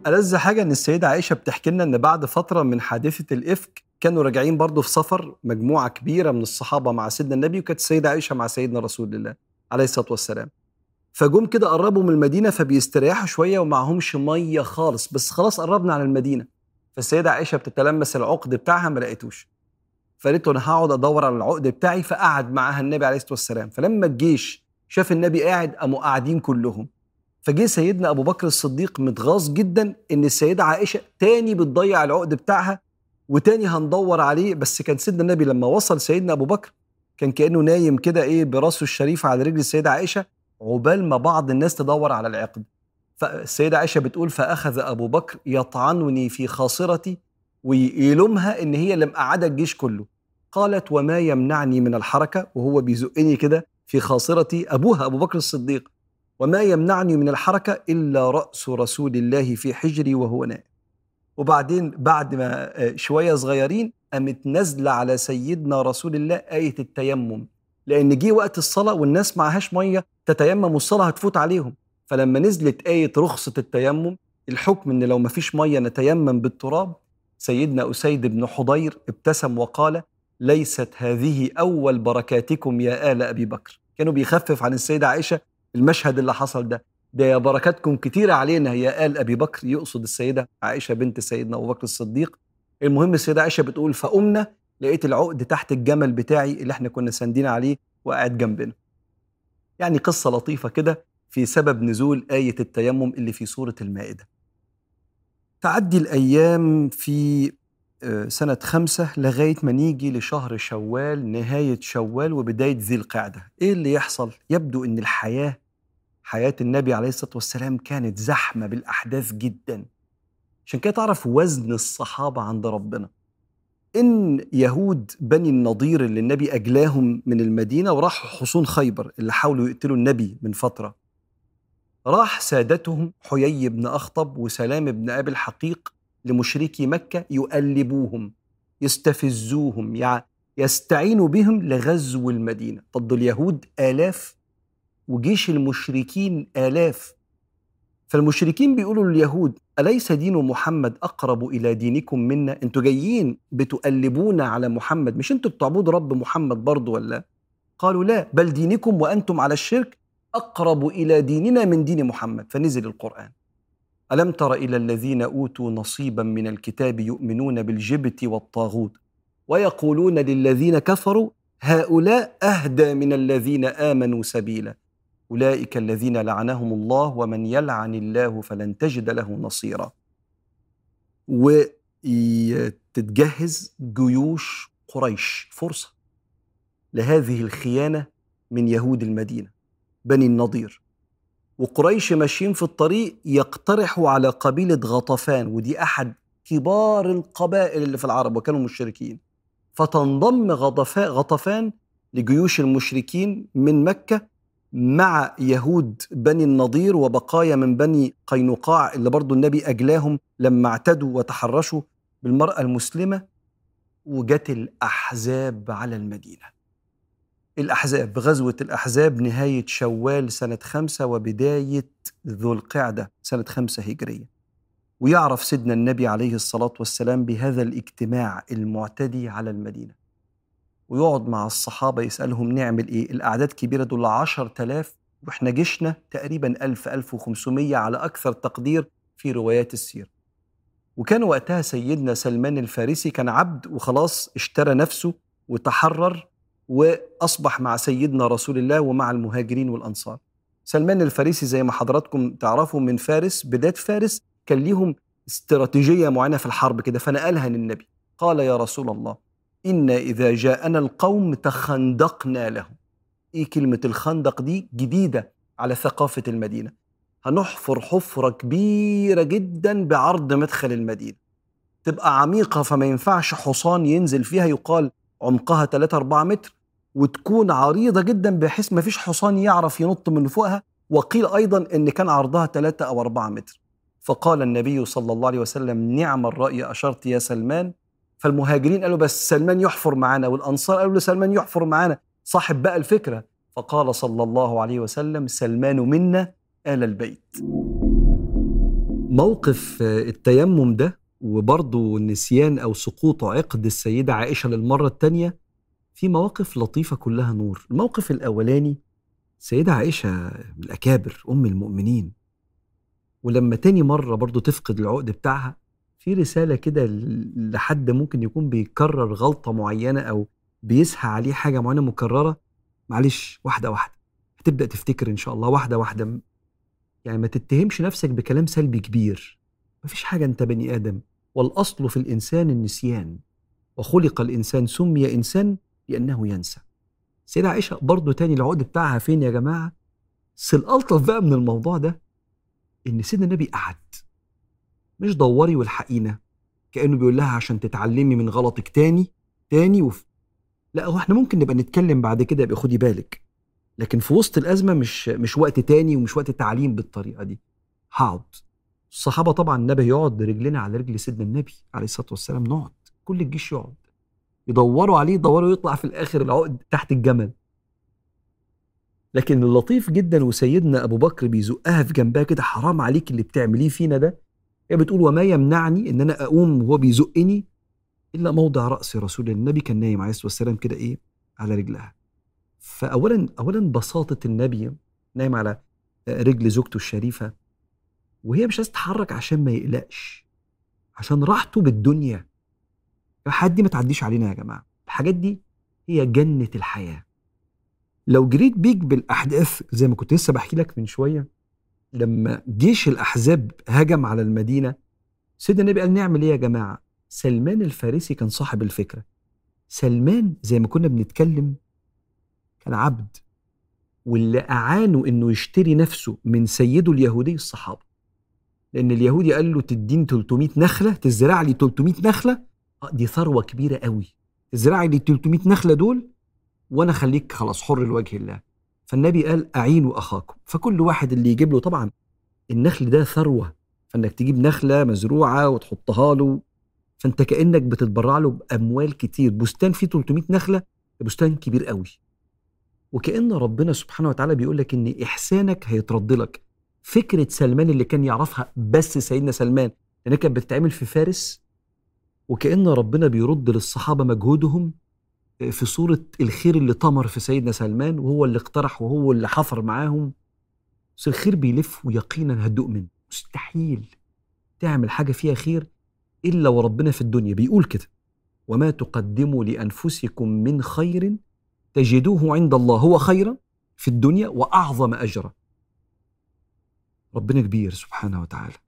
ألذ حاجة إن السيدة عائشة بتحكي لنا إن بعد فترة من حادثة الإفك كانوا راجعين برضه في سفر مجموعة كبيرة من الصحابة مع سيدنا النبي، وكانت السيدة عائشة مع سيدنا رسول الله عليه الصلاة والسلام. فجم كده قربوا من المدينة فبيستريحوا شوية ومعهمش مية خالص، بس خلاص قربنا على المدينة. فالسيدة عائشة بتتلمس العقد بتاعها ما لقيتوش، فقالت له أنا هقعد أدور على العقد بتاعي. فقعد معاها النبي عليه الصلاة والسلام. فلما الجيش شاف النبي قاعد قاموا قاعدين كلهم. فجه سيدنا أبو بكر الصديق متغاظ جدا إن السيدة عائشة تاني بتضيع العقد بتاعها وتاني هندور عليه. بس كان سيدنا النبي لما وصل سيدنا أبو بكر كان كأنه نايم كده براسه الشريف على رجل السيدة عائشة عقبال ما بعض الناس تدور على العقد. فالسيدة عائشة بتقول فأخذ أبو بكر يطعنني في خاصرتي ويلومها إن هي اللي مقعدة الجيش كله. قالت وما يمنعني من الحركة، وهو بيزقني كده في خاصرتي أبوها أبو بكر الصديق، وما يمنعني من الحركة إلا رأس رسول الله في حجري وهو نائم. وبعدين بعد ما شوية صغيرين قامت نازلة على سيدنا رسول الله آية التيمم، لأن جه وقت الصلاة والناس معهاش مية تتيمم والصلاة هتفوت عليهم. فلما نزلت آية رخصة التيمم، الحكم إن لو ما فيش مية نتيمم بالتراب، سيدنا أسيد بن حضير ابتسم وقال ليست هذه أول بركاتكم يا آل أبي بكر. كانوا بيخفف عن السيدة عائشة المشهد اللي حصل ده يا بركاتكم كتيرة علينا يا آل أبي بكر، يقصد السيدة عائشة بنت سيدنا أبو بكر الصديق. المهم السيدة عائشة بتقول فقمنا لقيت العقد تحت الجمل بتاعي اللي احنا كنا ساندين عليه وقاعد جنبنا. يعني قصة لطيفة كده في سبب نزول آية التيمم اللي في سورة المائدة. تعدي الأيام في سنة 5 لغاية ما نيجي لشهر شوال، نهاية شوال وبداية ذي القعدة. إيه اللي يحصل؟ يبدو أن حياة النبي عليه الصلاة والسلام كانت زحمة بالأحداث جدا. عشان كده تعرف وزن الصحابة عند ربنا. إن يهود بني النضير اللي النبي أجلاهم من المدينة وراحوا حصون خيبر اللي حاولوا يقتلوا النبي من فترة، راح سادتهم حيي بن أخطب وسلام بن أبي الحقيق لمشركي مكة يؤلبوهم يستفزوهم يستعينوا بهم لغزو المدينة. ضد اليهود آلاف وجيش المشركين آلاف. فالمشركين بيقولوا لليهود أليس دين محمد أقرب إلى دينكم منا؟ أنتوا جايين بتؤلبونا على محمد، مش أنتوا بتعبدوا رب محمد برضو ولا؟ قالوا لا بل دينكم وأنتم على الشرك أقرب إلى ديننا من دين محمد. فنزل القرآن ألم تر إلى الذين أوتوا نصيبا من الكتاب يؤمنون بالجبت والطاغوت ويقولون للذين كفروا هؤلاء أهدى من الذين آمنوا سبيلا أولئك الذين لعنهم الله ومن يلعن الله فلن تجد له نصيرا. وتتجهز جيوش قريش فرصة لهذه الخيانة من يهود المدينة بني النضير. وقريش ماشيين في الطريق يقترحوا على قبيلة غطفان، ودي أحد كبار القبائل اللي في العرب وكانوا مشركين. فتنضم غطفان لجيوش المشركين من مكة مع يهود بني النضير وبقايا من بني قينقاع اللي برضو النبي أجلاهم لما اعتدوا وتحرشوا بالمرأة المسلمة. وجت الأحزاب على المدينة. الأحزاب، غزوة الأحزاب نهاية شوال سنة 5 وبداية ذو القعدة سنة 5 هجرية. ويعرف سيدنا النبي عليه الصلاة والسلام بهذا الاجتماع المعتدي على المدينة، ويقعد مع الصحابة يسألهم نعمل إيه؟ الأعداد كبيرة دول 10,000 وإحنا جيشنا تقريبا 1500 على أكثر تقدير في روايات السير. وكان وقتها سيدنا سلمان الفارسي كان عبد وخلاص اشترى نفسه وتحرر وأصبح مع سيدنا رسول الله ومع المهاجرين والأنصار. سلمان الفارسي زي ما حضراتكم تعرفوا من فارس، بداية فارس كان ليهم استراتيجية معينة في الحرب كده، فنقلها للنبي. قال يا رسول الله إنا إذا جاءنا القوم تخندقنا لهم. إيه كلمة الخندق دي؟ جديدة على ثقافة المدينة. هنحفر حفرة كبيرة جدا بعرض مدخل المدينة، تبقى عميقة فما ينفعش حصان ينزل فيها، يقال عمقها 3-4 متر، وتكون عريضة جدا بحيث ما فيش حصان يعرف ينط من فوقها. وقيل أيضا إن كان عرضها 3 أو 4 متر. فقال النبي صلى الله عليه وسلم نعم الرأي أشرت يا سلمان. فالمهاجرين قالوا بس سلمان يحفر معنا، والأنصار قالوا سلمان يحفر معنا، صاحب بقى الفكرة. فقال صلى الله عليه وسلم سلمان منا آل البيت. موقف التيمم ده وبرضه نسيان أو سقوط عقد السيدة عائشة للمرة التانية في مواقف لطيفة كلها نور. الموقف الأولاني السيدة عائشة من الأكابر أم المؤمنين، ولما تاني مرة برضه تفقد العقد بتاعها في رسالة كده لحد ممكن يكون بيكرر غلطة معينة أو بيسهى عليه حاجة معينة مكررة. معلش، واحدة واحدة هتبدأ تفتكر إن شاء الله، واحدة واحدة. يعني ما تتهمش نفسك بكلام سلبي كبير. مفيش حاجة، أنت بني آدم، والأصل في الإنسان النسيان، وخلق الإنسان سمي إنسان لأنه ينسى. سيدة عائشة برضو تاني العقد بتاعها فين يا جماعة؟ بس الألطف بقى من الموضوع ده إن سيدنا النبي قعد، مش دوري والحقينا كأنه بيقول لها عشان تتعلمي من غلطك تاني لا، هو احنا ممكن نبقى نتكلم بعد كده، يبقى خدي بالك، لكن في وسط الأزمة مش وقت تاني ومش وقت تعليم بالطريقة دي. هقعد. الصحابة طبعا النبي يقعد رجلنا على رجل سيدنا النبي عليه الصلاة والسلام، نقعد كل الجيش يقعد، يدوروا عليه، يدوروا، يطلع في الآخر العقد تحت الجمل. لكن اللطيف جدا وسيدنا أبو بكر بيزقها في جنبها كده، حرام عليك اللي بتعمليه فينا ده. هي بتقول وما يمنعني إن أنا أقوم وهو بيزقني إلا موضع رأس رسول الله. النبي كان نايم عليه الصلاة والسلام كده إيه على رجلها. فأولا بساطة النبي نايم على رجل زوجته الشريفة، وهي مش عايزة تتحرك عشان ما يقلقش، عشان راحته بالدنيا. الحاجات دي ما تعديش علينا يا جماعة، الحاجات دي هي جنة الحياة. لو جريت بيك بالأحداث زي ما كنت لسه بحكي لك من شوية، لما جيش الأحزاب هجم على المدينة، سيدنا النبي قال نعمل إيه يا جماعة؟ سلمان الفارسي كان صاحب الفكرة. سلمان زي ما كنا بنتكلم كان عبد، واللي أعانوا إنه يشتري نفسه من سيده اليهودي الصحابة، لأن اليهودي قال له تديني 300 نخلة، تزرع لي 300 نخلة، دي ثروة كبيرة قوي، تزرع لي 300 نخلة دول وأنا خليك خلاص حر لوجه الله. فالنبي قال أعينوا أخاكم. فكل واحد اللي يجيب له، طبعا النخل ده ثروة، فإنك تجيب نخلة مزروعة وتحطها له، فأنت كأنك بتتبرع له بأموال كتير. بستان فيه 300 نخلة، بستان كبير قوي. وكأن ربنا سبحانه وتعالى بيقول لك إن إحسانك هيترد لك. فكرة سلمان اللي كان يعرفها بس سيدنا سلمان لأنها كانت بتتعمل في فارس، وكأن ربنا بيرد للصحابة مجهودهم في صورة الخير اللي طمر في سيدنا سلمان، وهو اللي اقترح وهو اللي حفر معاهم. بس الخير بيلف ويقينا هتدوق منه. مستحيل تعمل حاجة فيها خير إلا وربنا في الدنيا بيقول كده: وما تقدموا لأنفسكم من خير تجدوه عند الله هو خيرا في الدنيا وأعظم أجرا. ربنا كبير سبحانه وتعالى.